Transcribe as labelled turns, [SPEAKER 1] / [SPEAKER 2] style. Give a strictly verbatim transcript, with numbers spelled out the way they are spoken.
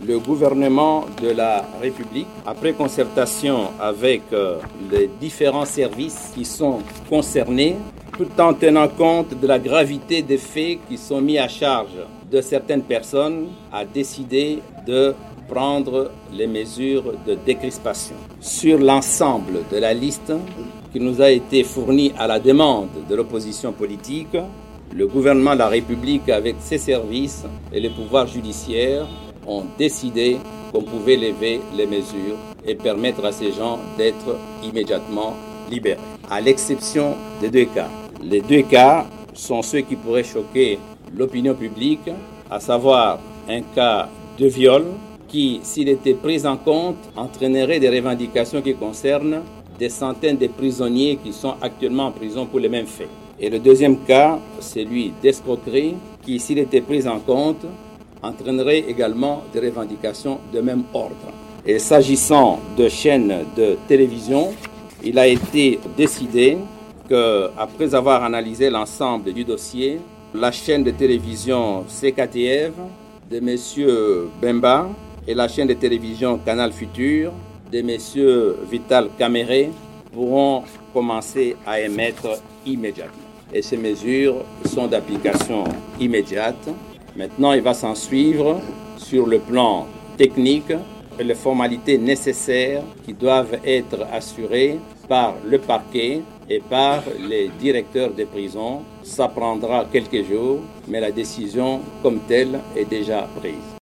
[SPEAKER 1] Le gouvernement de la République, après concertation avec euh, les différents services qui sont concernés, tout en tenant compte de la gravité des faits qui sont mis à charge de certaines personnes, a décidé de prendre les mesures de décrispation. Sur l'ensemble de la liste qui nous a été fournie à la demande de l'opposition politique, le gouvernement de la République, avec ses services et les pouvoirs judiciaires, ont décidé qu'on pouvait lever les mesures et permettre à ces gens d'être immédiatement libérés. À l'exception des deux cas. Les deux cas sont ceux qui pourraient choquer l'opinion publique, à savoir un cas de viol qui, s'il était pris en compte, entraînerait des revendications qui concernent des centaines de prisonniers qui sont actuellement en prison pour les mêmes faits. Et le deuxième cas, celui d'escroquerie, qui, s'il était pris en compte, entraînerait également des revendications de même ordre. Et s'agissant de chaînes de télévision, il a été décidé qu'après avoir analysé l'ensemble du dossier, la chaîne de télévision C K T F de M. Bemba et la chaîne de télévision Canal Futur de M. Vital Caméré pourront commencer à émettre immédiatement. Et ces mesures sont d'application immédiate. Maintenant, il va s'en suivre sur le plan technique les formalités nécessaires qui doivent être assurées par le parquet et par les directeurs des prisons. Ça prendra quelques jours, mais la décision comme telle est déjà prise.